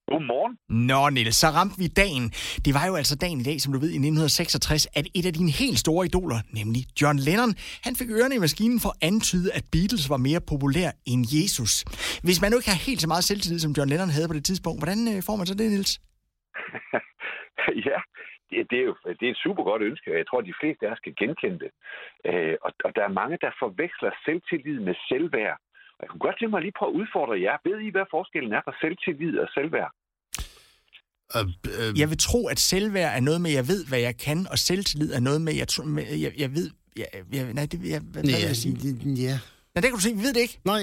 Godmorgen. Nå, Niels, så ramte vi dagen. Det var jo altså dagen i dag, som du ved, i 1966, at et af dine helt store idoler, nemlig John Lennon, han fik ørerne i maskinen for at antyde, at Beatles var mere populær end Jesus. Hvis man nu ikke har helt så meget selvtillid, som John Lennon havde på det tidspunkt, hvordan får man så det, Niels? Ja, det er et super godt ønske. Jeg tror, at de fleste af os kan genkende det. Og der er mange, der forveksler selvtillid med selvværd. Og jeg kunne godt tænke mig lige prøve at udfordre jer. Ved I, hvad forskellen er på selvtillid og selvværd? Jeg vil tro, at selvværd er noget med, jeg ved, hvad jeg kan, og selvtillid er noget med, jeg ved... Hvad vil jeg sige? Ja. Nej, det kan du sige. Vi ved det ikke. Nej.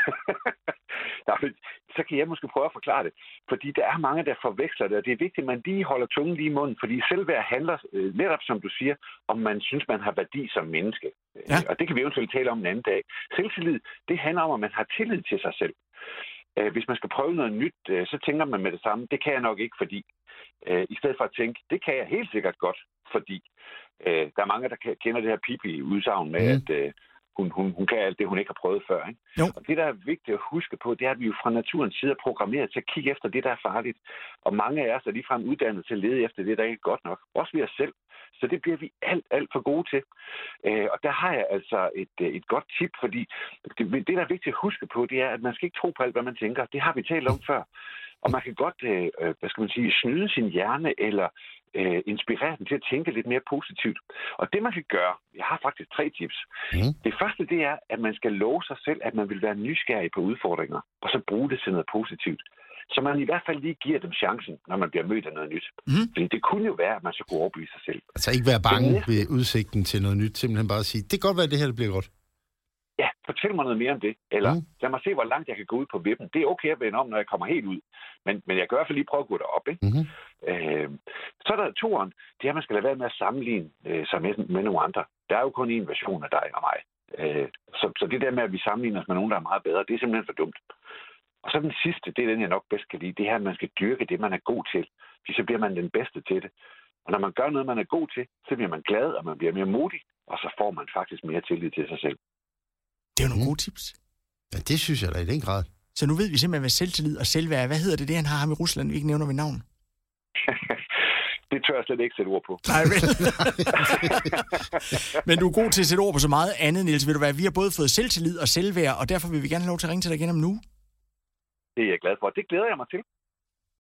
Så kan jeg måske prøve at forklare det. Fordi der er mange, der forveksler det, og det er vigtigt, at man lige holder tungen lige i munden. Fordi selvværd handler netop, som du siger, om man synes, man har værdi som menneske. Ja. Og det kan vi eventuelt tale om en anden dag. Selvtillid, det handler om, at man har tillid til sig selv. Hvis man skal prøve noget nyt, så tænker man med det samme, det kan jeg nok ikke, fordi. I stedet for at tænke, det kan jeg helt sikkert godt, fordi. Der er mange, der kender det her Pippi-udsagn med, at hun kan alt det, hun ikke har prøvet før. Ikke? Og det, der er vigtigt at huske på, det er, at vi jo fra naturens side er programmeret til at kigge efter det, der er farligt. Og mange af os er ligefrem uddannet til at lede efter det, der ikke er godt nok. Også ved os selv. Så det bliver vi alt for gode til. Og der har jeg altså et godt tip, fordi det, der er vigtigt at huske på, det er, at man skal ikke tro på alt, hvad man tænker. Det har vi talt om før. Og man kan godt, snyde sin hjerne eller inspirere den til at tænke lidt mere positivt. Og det, man kan gøre, jeg har faktisk 3 tips. Det første, det er, at man skal love sig selv, at man vil være nysgerrig på udfordringer, og så bruge det til noget positivt. Så man i hvert fald lige giver dem chancen, når man bliver mødt af noget nyt. Fordi det kunne jo være, at man så kunne overbevise sig selv. Altså ikke være bange ved udsigten til noget nyt, simpelthen bare sige, det kan godt være, at det her det bliver godt. Ja, fortæl mig noget mere om det. Eller lad mig se, hvor langt jeg kan gå ud på vippen. Det er okay at vende om, når jeg kommer helt ud. Men jeg kan i hvert fald lige prøve at gå derop. Ikke? Så er der 2'eren. Det er, at man skal lade være med at sammenligne sig med nogle andre. Der er jo kun én version af dig og mig. Så det der med, at vi sammenligner os med nogen, der er meget bedre, det er simpelthen for dumt. Og så den sidste, det er den, jeg nok bedst kan lide. Det her, at man skal dyrke det, man er god til. Fordi så bliver man den bedste til det. Og når man gør noget, man er god til, så bliver man glad, og man bliver mere modig. Og så får man faktisk mere tillid til sig selv. Det er jo nogle gode tips. Ja, det synes jeg da i den grad. Så nu ved vi simpelthen, hvad selvtillid og selvværd. Hvad hedder det, han har ham i Rusland, vi ikke nævner ved navn? Det tør jeg slet ikke sætte ord på. Nej, vel? Men du er god til at sætte ord på så meget andet, Niels. Ved du hvad, vi har både fået selvtillid og selvværd, og derfor vil vi gerne have lov til at ringe til dig igen om nu. Det er jeg glad for. Det glæder jeg mig til.